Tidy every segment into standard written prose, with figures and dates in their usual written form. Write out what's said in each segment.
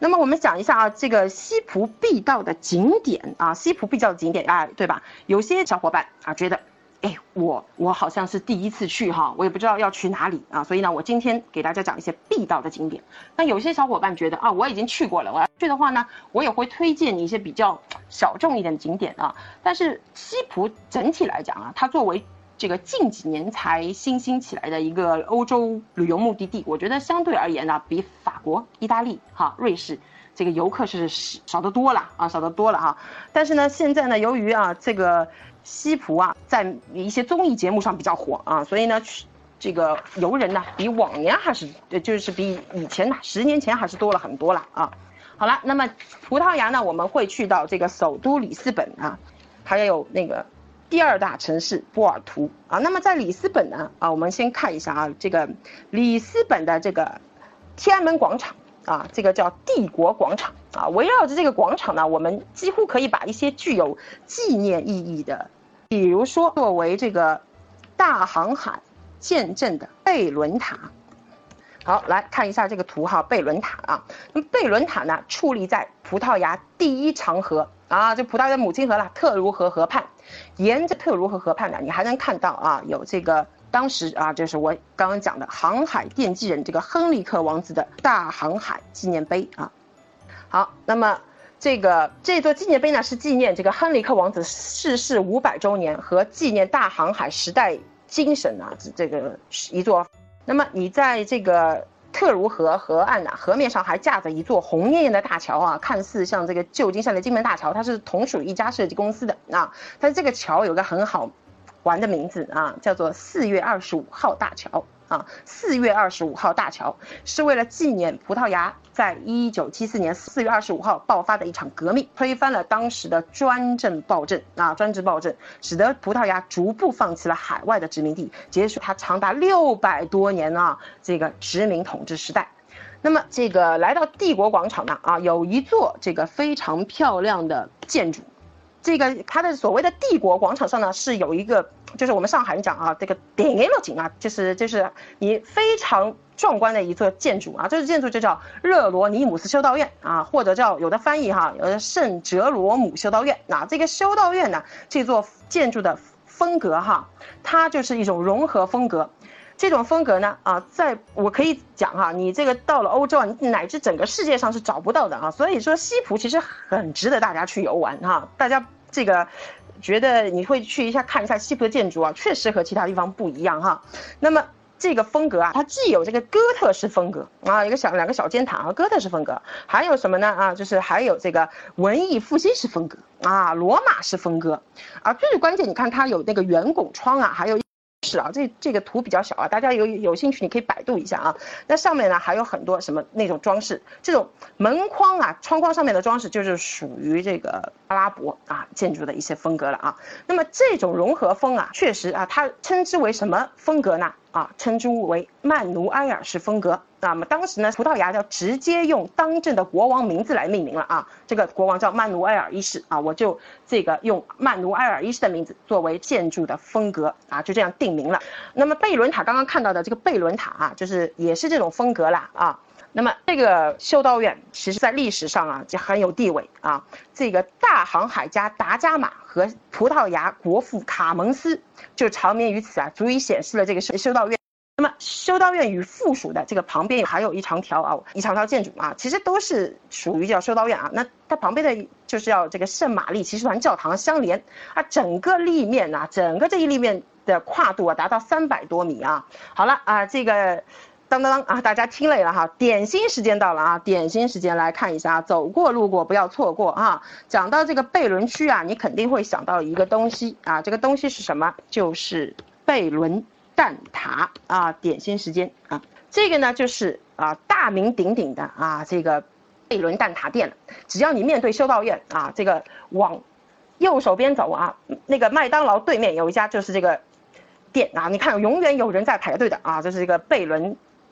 那么我们讲一下啊，这个西葡必到的景点啊，西葡必到的景点啊，对吧？有些小伙伴啊觉得，哎，我好像是第一次去哈，我也不知道要去哪里啊，所以呢，我今天给大家讲一些必到的景点。那有些小伙伴觉得啊，我已经去过了，我要去的话呢，我也会推荐你一些比较小众一点的景点啊。但是西葡整体来讲啊，它作为这个近几年才新兴起来的一个欧洲旅游目的地，我觉得相对而言呢，比法国、意大利、瑞士这个游客是少得多了啊，少得多了啊。但是呢，现在呢，由于啊这个西葡啊在一些综艺节目上比较火啊，所以呢，这个游人呢比往年还是就是比以前呢10年前还是多了很多了啊。好了，那么葡萄牙呢，我们会去到这个首都里斯本啊，还有那个第二大城市波尔图啊。那么在里斯本呢啊，我们先看一下啊，这个里斯本的这个天安门广场啊，这个叫帝国广场啊。围绕着这个广场呢，我们几乎可以把一些具有纪念意义的，比如说作为这个大航海见证的贝伦塔。好，来看一下这个图哈，贝伦塔啊。那么贝伦塔呢，矗立在葡萄牙第一长河啊，就葡萄牙的母亲河了，特茹河河畔。沿着特茹河河畔呢，你还能看到啊，有这个当时啊，就是我刚刚讲的航海奠基人这个亨利克王子的大航海纪念碑啊。好，那么这座纪念碑呢，是纪念这个亨利克王子逝世500周年和纪念大航海时代精神啊，这个一座。那么你在这个特茹河河岸啊，河面上还架着一座红艳艳的大桥啊，看似像这个旧金山的金门大桥，它是同属一家设计公司的啊。但是这个桥有个很好玩的名字啊，叫做4月25号大桥啊。4月25号大桥是为了纪念葡萄牙在1974年4月25号爆发的一场革命，推翻了当时的专制暴政，使得葡萄牙逐步放弃了海外的殖民地，结束它长达600多年啊这个殖民统治时代。那么这个来到帝国广场呢啊，有一座这个非常漂亮的建筑。这个它的所谓的帝国广场上呢，是有一个，就是我们上海人讲啊，这个顶楼景啊，就是你非常壮观的一座建筑啊。这个建筑就叫热罗尼姆斯修道院啊，或者叫有的翻译哈，有的圣哲罗姆修道院。那这个修道院呢，这座建筑的风格哈，它就是一种融合风格。这种风格呢啊，在我可以讲哈，你这个到了欧洲啊，乃至整个世界上是找不到的啊。所以说西葡其实很值得大家去游玩哈。大家这个觉得你会去一下看一下西葡的建筑啊，确实和其他地方不一样哈。那么这个风格啊，它既有这个哥特式风格啊，两个小尖塔啊，哥特式风格，还有什么呢啊？就是还有这个文艺复兴式风格啊，罗马式风格啊。最关键，你看它有那个圆拱窗啊，还有。是啊，这个图比较小啊，大家有兴趣你可以百度一下啊。那上面呢还有很多什么那种装饰，这种门框啊、窗框上面的装饰就是属于这个阿拉伯啊建筑的一些风格了啊。那么这种融合风啊，确实啊，它称之为什么风格呢？啊，称之为曼努埃尔式风格。那么当时呢，葡萄牙要直接用当政的国王名字来命名了啊，这个国王叫曼努埃尔一世啊，我就这个用曼努埃尔一世的名字作为建筑的风格啊，就这样定名了。那么贝伦塔刚刚看到的这个贝伦塔啊，就是也是这种风格啦啊。那么这个修道院其实在历史上啊就很有地位啊，这个大航海家达伽马和葡萄牙国父卡蒙斯就长眠于此啊，足以显示了这个修道院。那么修道院与附属的这个旁边还有一长条建筑啊，其实都是属于叫修道院啊。那它旁边的就是要这个圣玛丽骑士团教堂相连啊，整个这一立面的跨度啊达到300多米啊。好了啊，这个当当当啊，大家听累了哈，点心时间到了啊，点心时间来看一下，走过路过不要错过啊。讲到这个贝伦区啊，你肯定会想到一个东西啊，这个东西是什么？就是贝伦蛋挞啊，点心时间啊，这个呢就是啊大名鼎鼎的啊这个贝伦蛋挞店了。只要你面对修道院啊，这个往右手边走啊，那个麦当劳对面有一家就是这个店啊，你看永远有人在排队的啊，这是这个贝伦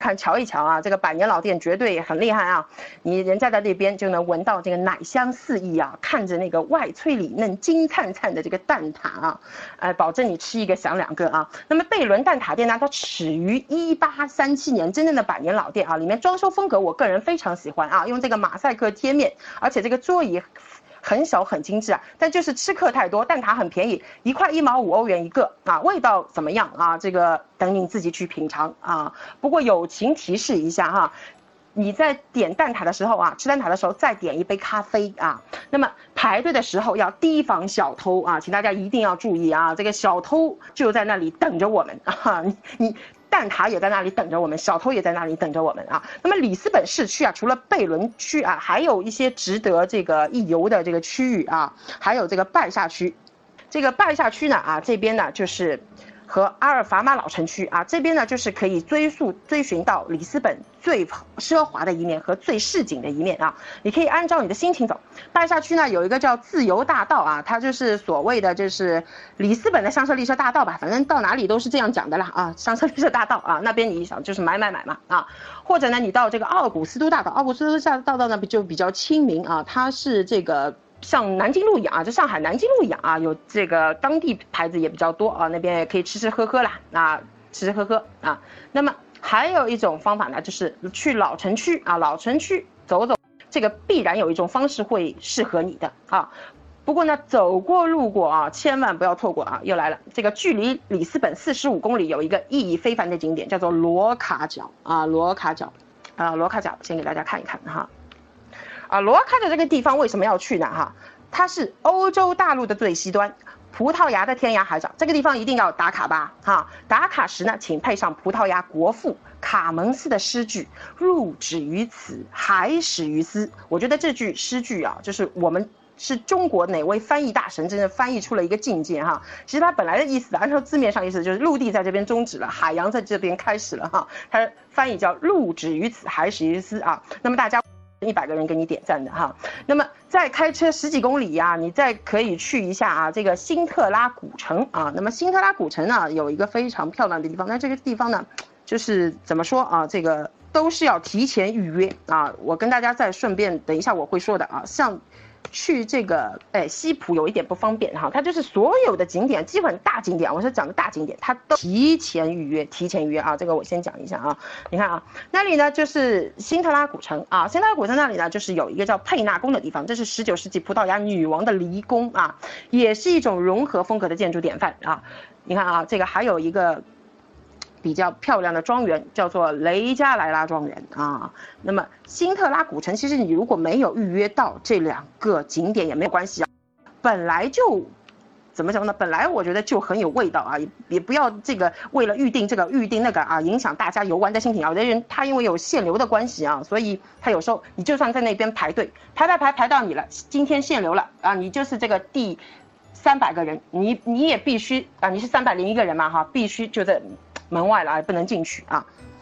看瞧一瞧啊，这个百年老店绝对很厉害啊！你人家在那边就能闻到这个奶香四溢啊，看着那个外脆里嫩、金灿灿的这个蛋挞啊，保证你吃一个享两个啊。那么贝伦蛋挞店呢，它始于1837年，真正的百年老店啊，里面装修风格我个人非常喜欢啊，用这个马赛克贴面，而且这个桌椅很小很精致啊，但就是吃客太多，蛋挞很便宜，1块1毛5欧元一个啊，味道怎么样啊？这个等你自己去品尝啊。不过友情提示一下哈，你在点蛋挞的时候啊，吃蛋挞的时候再点一杯咖啡啊。那么排队的时候要提防小偷啊，请大家一定要注意啊，这个小偷就在那里等着我们啊，你。蛋挞也在那里等着我们，小偷也在那里等着我们啊。那么里斯本市区啊，除了贝伦区啊，还有一些值得这个一游的这个区域啊，还有这个拜下区。这个拜下区呢啊，这边呢就是和阿尔法马老城区啊，这边呢就是可以追寻到里斯本最奢华的一面和最市井的一面啊。你可以按照你的心情走。拜下区呢有一个叫自由大道啊，它就是所谓的就是里斯本的香榭丽舍大道吧，反正到哪里都是这样讲的啦啊，香榭丽舍大道啊，那边你想就是买嘛啊，或者呢你到这个奥古斯都大道，奥古斯都大道呢就比较亲民啊，它是这个。像南京路一样啊，就上海南京路一样啊，有这个当地牌子也比较多啊，那边也可以吃吃喝喝啦啊，吃吃喝喝啊。那么还有一种方法呢，就是去老城区啊，老城区走走，这个必然有一种方式会适合你的啊。不过呢，走过路过啊，千万不要错过啊！又来了，这个距离里斯本45公里有一个意义非凡的景点，叫做罗卡角啊，罗卡角，先给大家看一看哈。罗卡的这个地方为什么要去呢？哈，它是欧洲大陆的最西端，葡萄牙的天涯海角，这个地方一定要打卡吧？哈，打卡时呢，请配上葡萄牙国父卡门斯的诗句“入止于此，海始于斯”。我觉得这句诗句啊，就是我们是中国哪位翻译大神真的翻译出了一个境界哈。其实它本来的意思，按照字面上意思就是陆地在这边终止了，海洋在这边开始了哈。它翻译叫“入止于此，海始于斯”啊。那么大家。100个人给你点赞的哈，那么再开车10几公里啊，你再可以去一下啊，这个辛特拉古城啊。那么辛特拉古城呢，有一个非常漂亮的地方，那这个地方呢，就是怎么说啊，这个都是要提前预约啊。我跟大家再顺便等一下我会说的啊，像。去这个西浦有一点不方便哈，它就是所有的景点，基本大景点，我是讲的大景点，它都提前预约啊。这个我先讲一下啊，你看啊，那里呢就是辛特拉古城啊，辛特拉古城那里呢就是有一个叫佩纳宫的地方，这是19世纪葡萄牙女王的离宫啊，也是一种融合风格的建筑典范啊。你看啊，这个还有一个。比较漂亮的庄园叫做雷加莱拉庄园啊。那么辛特拉古城，其实你如果没有预约到这2个景点也没有关系啊，本来就怎么讲呢？本来我觉得就很有味道啊，也不要这个为了预定这个预定那个啊，影响大家游玩的心情啊。有的人他因为有限流的关系啊，所以他有时候你就算在那边排队排到你了，今天限流了啊，你就是这个第300个人，你也必须啊，你是301个人嘛哈，必须就在门外了啊，不能进去啊。